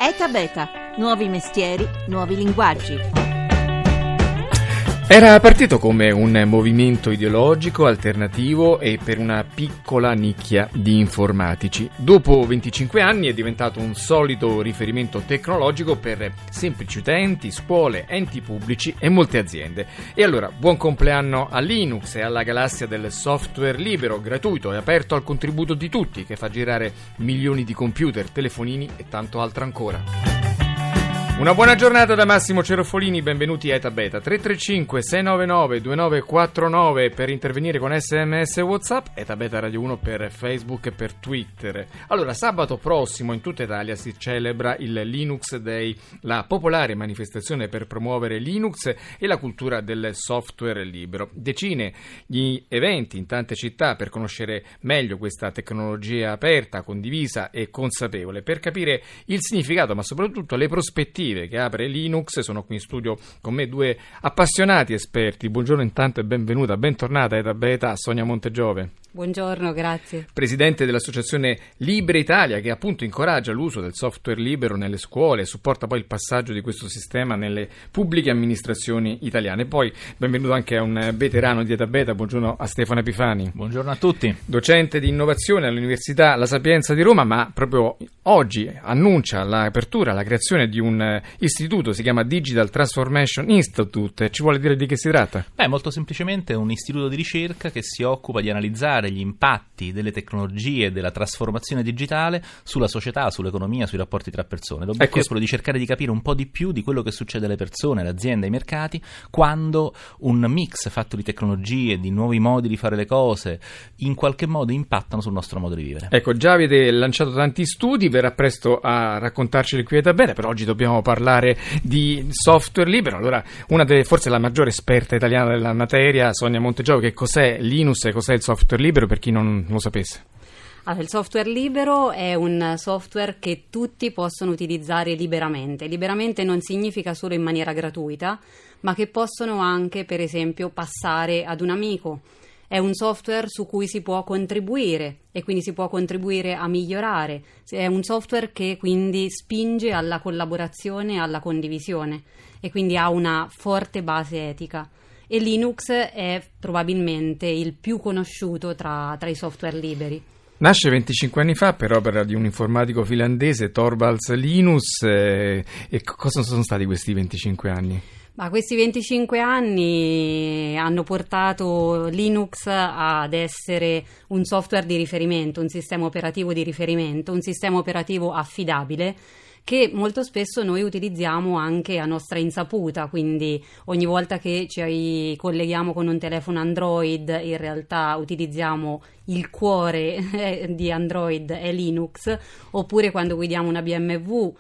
ETA Beta, nuovi mestieri, nuovi linguaggi. Era partito come un movimento ideologico alternativo e per una piccola nicchia di informatici. Dopo 25 anni è diventato un solido riferimento tecnologico per semplici utenti, scuole, enti pubblici e molte aziende. E allora, buon compleanno a Linux e alla galassia del software libero, gratuito e aperto al contributo di tutti, che fa girare milioni di computer, telefonini e tanto altro ancora. Una buona giornata da Massimo Cerofolini, benvenuti a ETA Beta. 335-699-2949 per intervenire con SMS e WhatsApp, ETA Beta Radio 1 per Facebook e per Twitter. Allora, sabato prossimo in tutta Italia si celebra il Linux Day, la popolare manifestazione per promuovere Linux e la cultura del software libero. Decine gli eventi in tante città per conoscere meglio questa tecnologia aperta, condivisa e consapevole, per capire il significato ma soprattutto le prospettive che apre Linux. Sono qui in studio con me due appassionati esperti. Buongiorno intanto e bentornata ETA Beta, Sonia Montegiove. Buongiorno, grazie. Presidente dell'associazione Libre Italia, che appunto incoraggia l'uso del software libero nelle scuole e supporta poi il passaggio di questo sistema nelle pubbliche amministrazioni italiane. Poi benvenuto anche a un veterano di ETA Beta, buongiorno a Stefano Epifani. Buongiorno a tutti. Docente di innovazione all'Università La Sapienza di Roma, ma proprio oggi annuncia l'apertura, la creazione di un istituto, si chiama Digital Transformation Institute. Ci vuole dire di che si tratta? Molto semplicemente è un istituto di ricerca che si occupa di analizzare gli impatti delle tecnologie e della trasformazione digitale sulla società, sull'economia, sui rapporti tra persone. L'obiettivo è quello di cercare di capire un po' di più di quello che succede alle persone, alle aziende, ai mercati, quando un mix fatto di tecnologie, di nuovi modi di fare le cose, in qualche modo impattano sul nostro modo di vivere. Ecco, già avete lanciato tanti studi, verrà presto a raccontarceli qui a ETA Beta, però oggi dobbiamo parlare di software libero. Allora, forse la maggiore esperta italiana della materia, Sonia Montegiove, che cos'è Linux e cos'è il software libero per chi non lo sapesse? Allora, il software libero è un software che tutti possono utilizzare liberamente. Liberamente non significa solo in maniera gratuita, ma che possono anche, per esempio, passare ad un amico. È un software su cui si può contribuire e quindi si può contribuire a migliorare. È un software che quindi spinge alla collaborazione e alla condivisione e quindi ha una forte base etica. E Linux è probabilmente il più conosciuto tra i software liberi. Nasce 25 anni fa per opera di un informatico finlandese, Torvalds Linus. E cosa sono stati questi 25 anni? Ma questi 25 anni hanno portato Linux ad essere un software di riferimento, un sistema operativo di riferimento, un sistema operativo affidabile che molto spesso noi utilizziamo anche a nostra insaputa, quindi ogni volta che ci colleghiamo con un telefono Android in realtà utilizziamo il cuore di Android è Linux, oppure quando guidiamo una BMW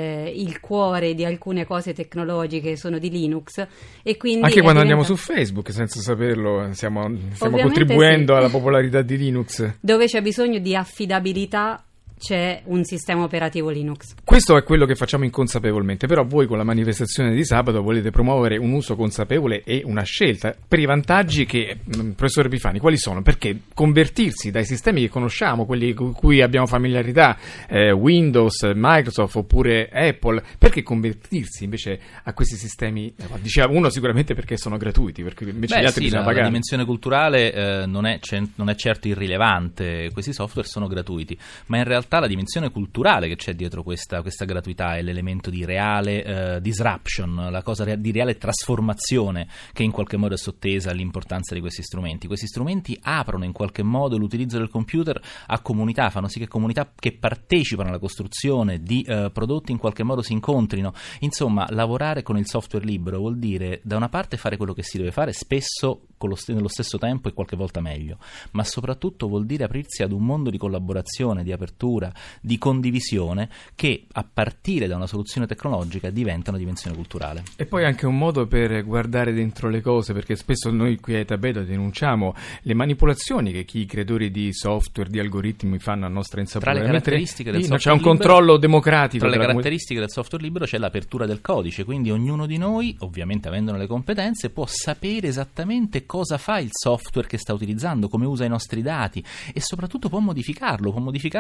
il cuore di alcune cose tecnologiche sono di Linux, e quindi anche quando andiamo su Facebook senza saperlo stiamo contribuendo alla popolarità di Linux. Dove c'è bisogno di affidabilità c'è un sistema operativo Linux. Questo è quello che facciamo inconsapevolmente, però voi con la manifestazione di sabato volete promuovere un uso consapevole e una scelta per i vantaggi che, professor Epifani, quali sono? Perché convertirsi dai sistemi che conosciamo, quelli con cui abbiamo familiarità, Windows, Microsoft oppure Apple, perché convertirsi invece a questi sistemi? Diceva uno sicuramente perché sono gratuiti, perché invece gli altri bisogna pagare. La dimensione culturale non è certo irrilevante, questi software sono gratuiti, ma in realtà la dimensione culturale che c'è dietro questa gratuità è l'elemento di reale disruption, la cosa di reale trasformazione che in qualche modo è sottesa all'importanza di questi strumenti. Questi strumenti aprono in qualche modo l'utilizzo del computer a comunità, fanno sì che comunità che partecipano alla costruzione di prodotti in qualche modo si incontrino. Insomma, lavorare con il software libero vuol dire da una parte fare quello che si deve fare, spesso nello stesso tempo e qualche volta meglio, ma soprattutto vuol dire aprirsi ad un mondo di collaborazione, di apertura, di condivisione, che a partire da una soluzione tecnologica diventa una dimensione culturale. E poi anche un modo per guardare dentro le cose, perché spesso noi qui a ETA Beta denunciamo le manipolazioni che i creatori di software, di algoritmi fanno a nostra insaputa. Tra le caratteristiche del software c'è un controllo democratico. Tra le caratteristiche del software libero c'è l'apertura del codice, quindi ognuno di noi, ovviamente avendone le competenze, può sapere esattamente cosa fa il software che sta utilizzando, come usa i nostri dati e soprattutto può modificarlo in funzione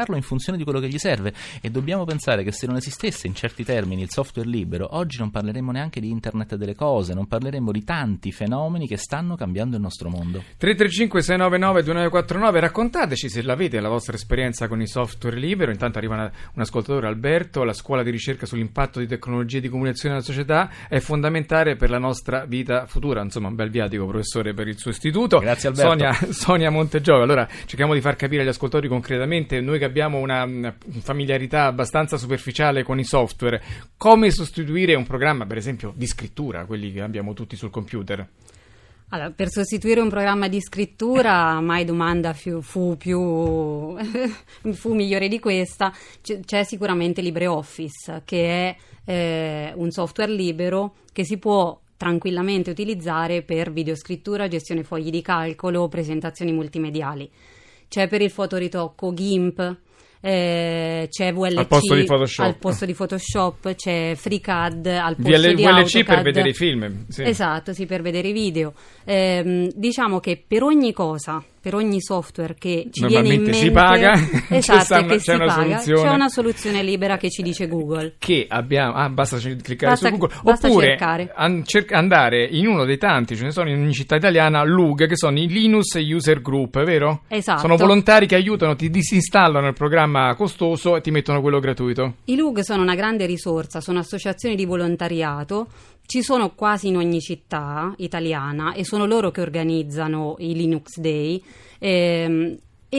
funzione di quello che gli serve, e dobbiamo pensare che se non esistesse in certi termini il software libero, oggi non parleremmo neanche di internet delle cose, non parleremmo di tanti fenomeni che stanno cambiando il nostro mondo. 335-699-2949, raccontateci se l'avete la vostra esperienza con i software libero. Intanto arriva un ascoltatore, Alberto: la scuola di ricerca sull'impatto di tecnologie di comunicazione nella società è fondamentale per la nostra vita futura. Insomma, un bel viatico, professore, per il suo istituto. Grazie Alberto. Sonia Montegiove. Allora, cerchiamo di far capire agli ascoltatori concretamente, noi che abbiamo una familiarità abbastanza superficiale con i software, come sostituire un programma, per esempio, di scrittura, quelli che abbiamo tutti sul computer. Allora, per sostituire un programma di scrittura, mai domanda fu migliore di questa. C'è sicuramente LibreOffice, che è un software libero che si può tranquillamente utilizzare per videoscrittura, gestione fogli di calcolo, presentazioni multimediali. C'è per il fotoritocco GIMP, c'è VLC al posto di Photoshop, c'è FreeCAD al posto di VLC AutoCAD. per vedere i film, sì. Esatto, sì, per vedere i video. Diciamo che per ogni cosa, per ogni software che ci viene in mente, si paga, esatto, c'è una soluzione libera che ci dice Google. Che abbiamo, basta cliccare su Google, basta oppure cercare. Andare in uno dei tanti, ce ne sono in ogni città italiana, LUG, che sono i Linux User Group, vero? Esatto. Sono volontari che aiutano, ti disinstallano il programma costoso e ti mettono quello gratuito. I LUG sono una grande risorsa, sono associazioni di volontariato, ci sono quasi in ogni città italiana e sono loro che organizzano i Linux Day e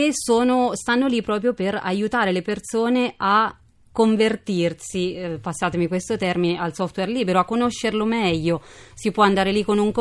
stanno lì proprio per aiutare le persone a convertirsi, passatemi questo termine, al software libero, a conoscerlo meglio. Si può andare lì con un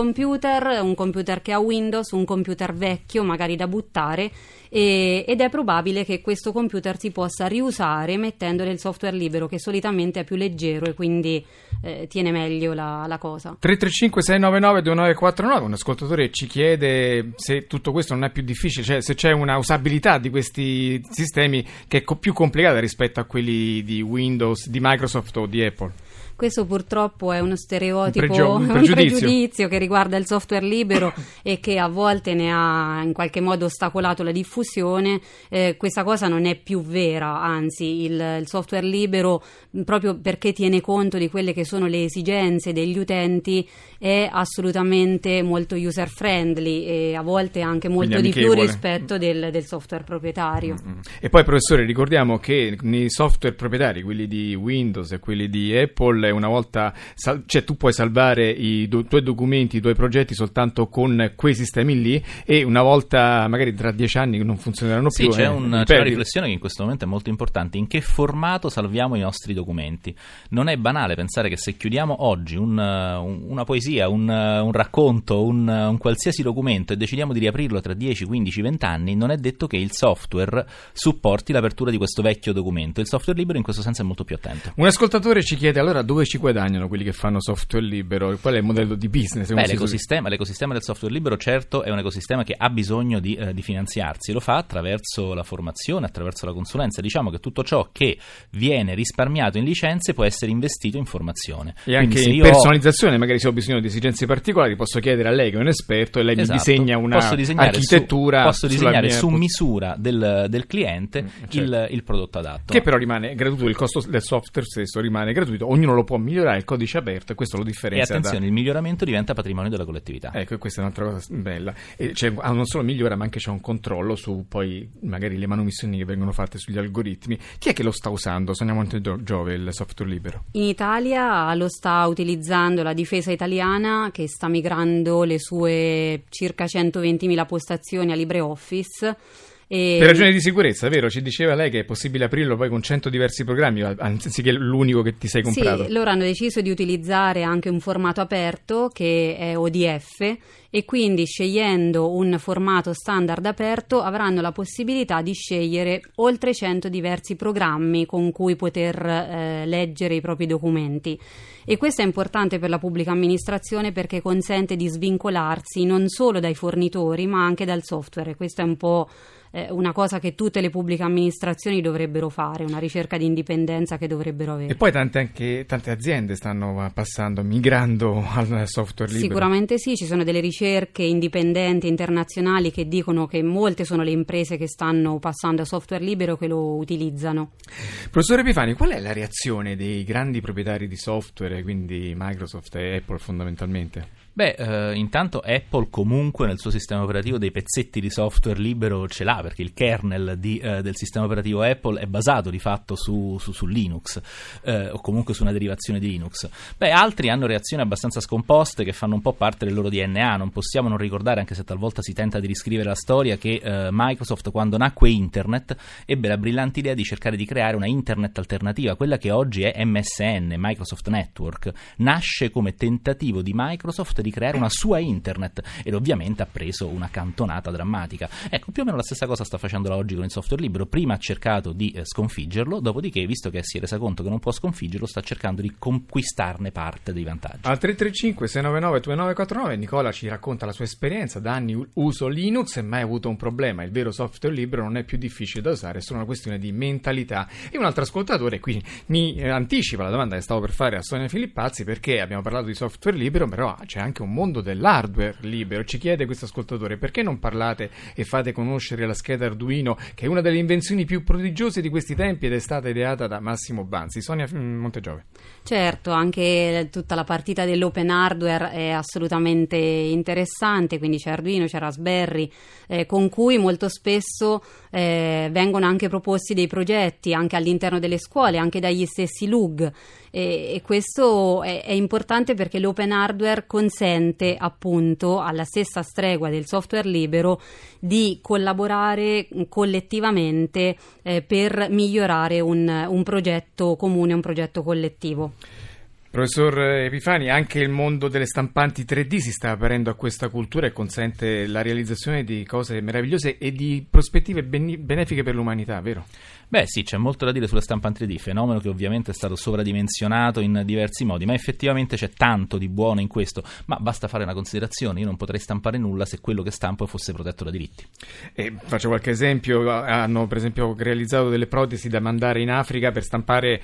computer che ha Windows, un computer vecchio magari da buttare, ed è probabile che questo computer si possa riusare mettendole il software libero, che solitamente è più leggero e quindi tiene meglio la cosa. 335-699-2949, un ascoltatore ci chiede se tutto questo non è più difficile, cioè se c'è una usabilità di questi sistemi che è più complicata rispetto a quelli di Windows, di Microsoft o di Apple. Questo purtroppo è uno stereotipo, un pregiudizio che riguarda il software libero e che a volte ne ha in qualche modo ostacolato la diffusione. Questa cosa non è più vera, anzi il software libero, proprio perché tiene conto di quelle che sono le esigenze degli utenti, è assolutamente molto user friendly e a volte anche molto di più rispetto del software proprietario. E poi, professore, ricordiamo che nei software proprietari, quelli di Windows e quelli di Apple, una volta cioè tu puoi salvare i tuoi documenti, i tuoi progetti soltanto con quei sistemi lì, e una volta magari tra 10 anni non funzioneranno più. C'è una riflessione che in questo momento è molto importante: in che formato salviamo i nostri documenti. Non è banale pensare che se chiudiamo oggi una poesia, un racconto, un qualsiasi documento, e decidiamo di riaprirlo tra 10, 15, 20 anni, non è detto che il software supporti l'apertura di questo vecchio documento. Il software libero in questo senso è molto più attento. Un ascoltatore ci chiede: allora dove ci guadagnano quelli che fanno software libero? Qual è il modello di business? L'ecosistema del software libero, certo, è un ecosistema che ha bisogno di finanziarsi. Lo fa attraverso la formazione, attraverso la consulenza. Diciamo che tutto ciò che viene risparmiato in licenze può essere investito in formazione. E quindi anche in personalizzazione, magari se ho bisogno di esigenze particolari posso chiedere a lei, che è un esperto, e lei mi disegna una architettura. Posso disegnare su misura del cliente il prodotto adatto. Che però rimane gratuito, il costo del software stesso rimane gratuito, ognuno lo può migliorare, il codice è aperto, e questo lo differenzia. E attenzione, il miglioramento diventa patrimonio della collettività. Ecco, questa è un'altra cosa bella. E non solo migliora, ma anche c'è un controllo su poi magari le manomissioni che vengono fatte sugli algoritmi. Chi è che lo sta usando? Sonia Montegiove, il software libero? In Italia lo sta utilizzando la Difesa italiana, che sta migrando le sue circa 120.000 postazioni a LibreOffice. Per ragioni di sicurezza, vero? Ci diceva lei che è possibile aprirlo poi con 100 diversi programmi, anziché l'unico che ti sei comprato. Sì, loro hanno deciso di utilizzare anche un formato aperto che è ODF, e quindi scegliendo un formato standard aperto avranno la possibilità di scegliere oltre 100 diversi programmi con cui poter leggere i propri documenti. E questo è importante per la pubblica amministrazione, perché consente di svincolarsi non solo dai fornitori ma anche dal software. Questo è un po' una cosa che tutte le pubbliche amministrazioni dovrebbero fare, una ricerca di indipendenza che dovrebbero avere. E poi tante aziende stanno migrando al software libero. Sicuramente sì, ci sono delle ricerche indipendenti internazionali che dicono che molte sono le imprese che stanno passando a software libero, che lo utilizzano. Professore Epifani, qual è la reazione dei grandi proprietari di software, quindi Microsoft e Apple fondamentalmente? Intanto Apple comunque nel suo sistema operativo dei pezzetti di software libero ce l'ha, perché il kernel del sistema operativo Apple è basato di fatto su Linux, o comunque su una derivazione di Linux. Altri hanno reazioni abbastanza scomposte che fanno un po' parte del loro DNA. Non possiamo non ricordare, anche se talvolta si tenta di riscrivere la storia, che Microsoft, quando nacque Internet, ebbe la brillante idea di cercare di creare una Internet alternativa. Quella che oggi è MSN, Microsoft Network, nasce come tentativo di Microsoft di creare una sua internet, ed ovviamente ha preso una cantonata drammatica. Ecco, più o meno la stessa cosa sta facendo oggi con il software libero. Prima ha cercato di sconfiggerlo, dopodiché, visto che si è resa conto che non può sconfiggerlo, sta cercando di conquistarne parte dei vantaggi. Al 335-699-2949 Nicola ci racconta la sua esperienza: da anni uso Linux e mai avuto un problema. Il vero software libero non è più difficile da usare, è solo una questione di mentalità. E un altro ascoltatore qui mi anticipa la domanda che stavo per fare a Sonia Filippazzi, perché abbiamo parlato di software libero, però c'è anche un mondo dell'hardware libero. Ci chiede questo ascoltatore: perché non parlate e fate conoscere la scheda Arduino, che è una delle invenzioni più prodigiose di questi tempi ed è stata ideata da Massimo Banzi? Sonia Montegiove. Certo, anche tutta la partita dell'open hardware è assolutamente interessante, quindi c'è Arduino, c'è Raspberry, con cui molto spesso vengono anche proposti dei progetti anche all'interno delle scuole, anche dagli stessi LUG, e questo è importante perché l'open hardware consente appunto, alla stessa stregua del software libero, di collaborare collettivamente per migliorare un progetto comune, un progetto collettivo. Professor Epifani, anche il mondo delle stampanti 3D si sta aprendo a questa cultura e consente la realizzazione di cose meravigliose e di prospettive benefiche per l'umanità, vero? Sì, c'è molto da dire sulle stampanti 3D, fenomeno che ovviamente è stato sovradimensionato in diversi modi, ma effettivamente c'è tanto di buono in questo. Ma basta fare una considerazione: io non potrei stampare nulla se quello che stampo fosse protetto da diritti. Faccio qualche esempio: hanno per esempio realizzato delle protesi da mandare in Africa per stampare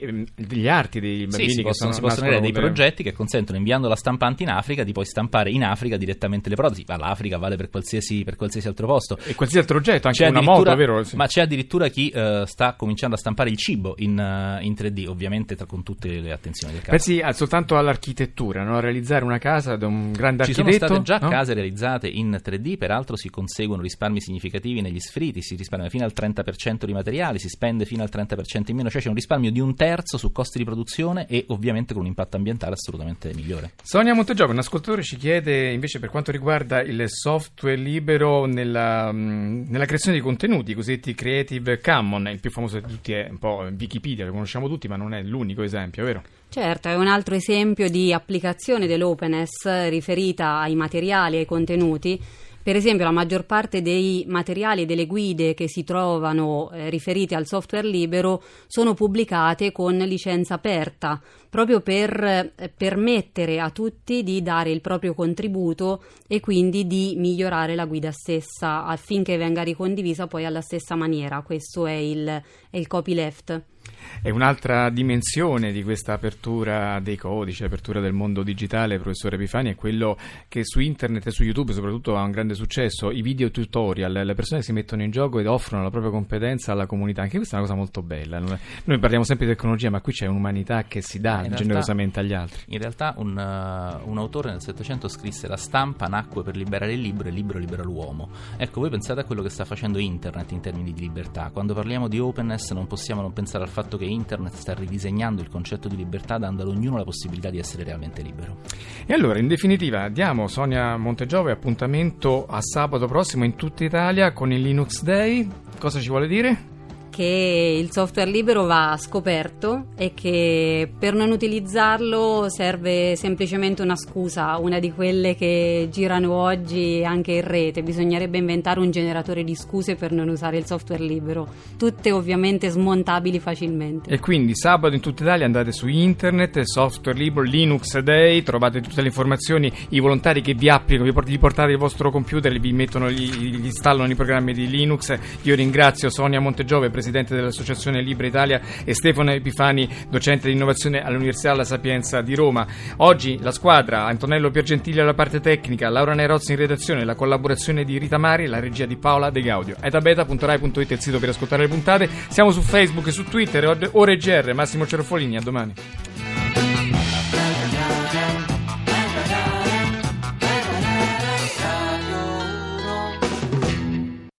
gli arti dei bambini. Si possono avere dei progetti che consentono, inviando la stampante in Africa, di poi stampare in Africa direttamente le protesi. Ma l'Africa vale per qualsiasi altro posto. E qualsiasi altro oggetto, anche una moto, vero? Sì. Ma c'è addirittura chi sta cominciando a stampare il cibo in 3D, ovviamente con tutte le attenzioni del caso. Pensi soltanto all'architettura, no? A realizzare una casa da un grande architetto? Ci sono state già case realizzate in 3D, peraltro si conseguono risparmi significativi negli sfriti, si risparmia fino al 30% di materiali, si spende fino al 30% in meno, cioè c'è un risparmio di 1/3 su costi di produzione e ovviamente con un impatto ambientale assolutamente migliore. Sonia Montegiove, un ascoltatore, ci chiede invece per quanto riguarda il software libero nella creazione di contenuti, i cosiddetti Creative Commons. Il più famoso di tutti è un po' Wikipedia, lo conosciamo tutti, ma non è l'unico esempio, vero? Certo, è un altro esempio di applicazione dell'openness riferita ai materiali e ai contenuti. Per esempio, la maggior parte dei materiali e delle guide che si trovano riferite al software libero sono pubblicate con licenza aperta, proprio per permettere a tutti di dare il proprio contributo e quindi di migliorare la guida stessa affinché venga ricondivisa poi alla stessa maniera. Questo è il copyleft. È un'altra dimensione di questa apertura dei codici, apertura del mondo digitale, professore Epifani, è quello che su internet e su YouTube soprattutto ha un grande successo: i video tutorial. Le persone si mettono in gioco ed offrono la propria competenza alla comunità. Anche questa è una cosa molto bella. Noi parliamo sempre di tecnologia, ma qui c'è un'umanità che si dà generosamente agli altri. In realtà un autore nel Settecento scrisse: la stampa nacque per liberare il libro e il libro libera l'uomo. Ecco, voi pensate a quello che sta facendo internet in termini di libertà. Quando parliamo di openness non possiamo non pensare al fatto che internet sta ridisegnando il concetto di libertà, dando ad ognuno la possibilità di essere realmente libero. E allora, in definitiva, diamo, Sonia Montegiove, appuntamento a sabato prossimo in tutta Italia con il Linux Day. Cosa ci vuole dire? che il software libero va scoperto e che per non utilizzarlo serve semplicemente una scusa, una di quelle che girano oggi anche in rete. Bisognerebbe inventare un generatore di scuse per non usare il software libero, tutte ovviamente smontabili facilmente. E quindi sabato in tutta Italia andate su internet, software libero, Linux Day, trovate tutte le informazioni, i volontari che vi applicano, gli portate il vostro computer, vi mettono, gli installano i programmi di Linux. Io ringrazio Sonia Montegiove, presidente dell'Associazione Libera Italia, e Stefano Epifani, docente di innovazione all'Università La Sapienza di Roma. Oggi la squadra: Antonello Piergentili alla parte tecnica, Laura Nerozzi in redazione, la collaborazione di Rita Mari, la regia di Paola De Gaudio. etabeta.rai.it è il sito per ascoltare le puntate. Siamo su Facebook e su Twitter. Ore GR, Massimo Cerofolini, a domani.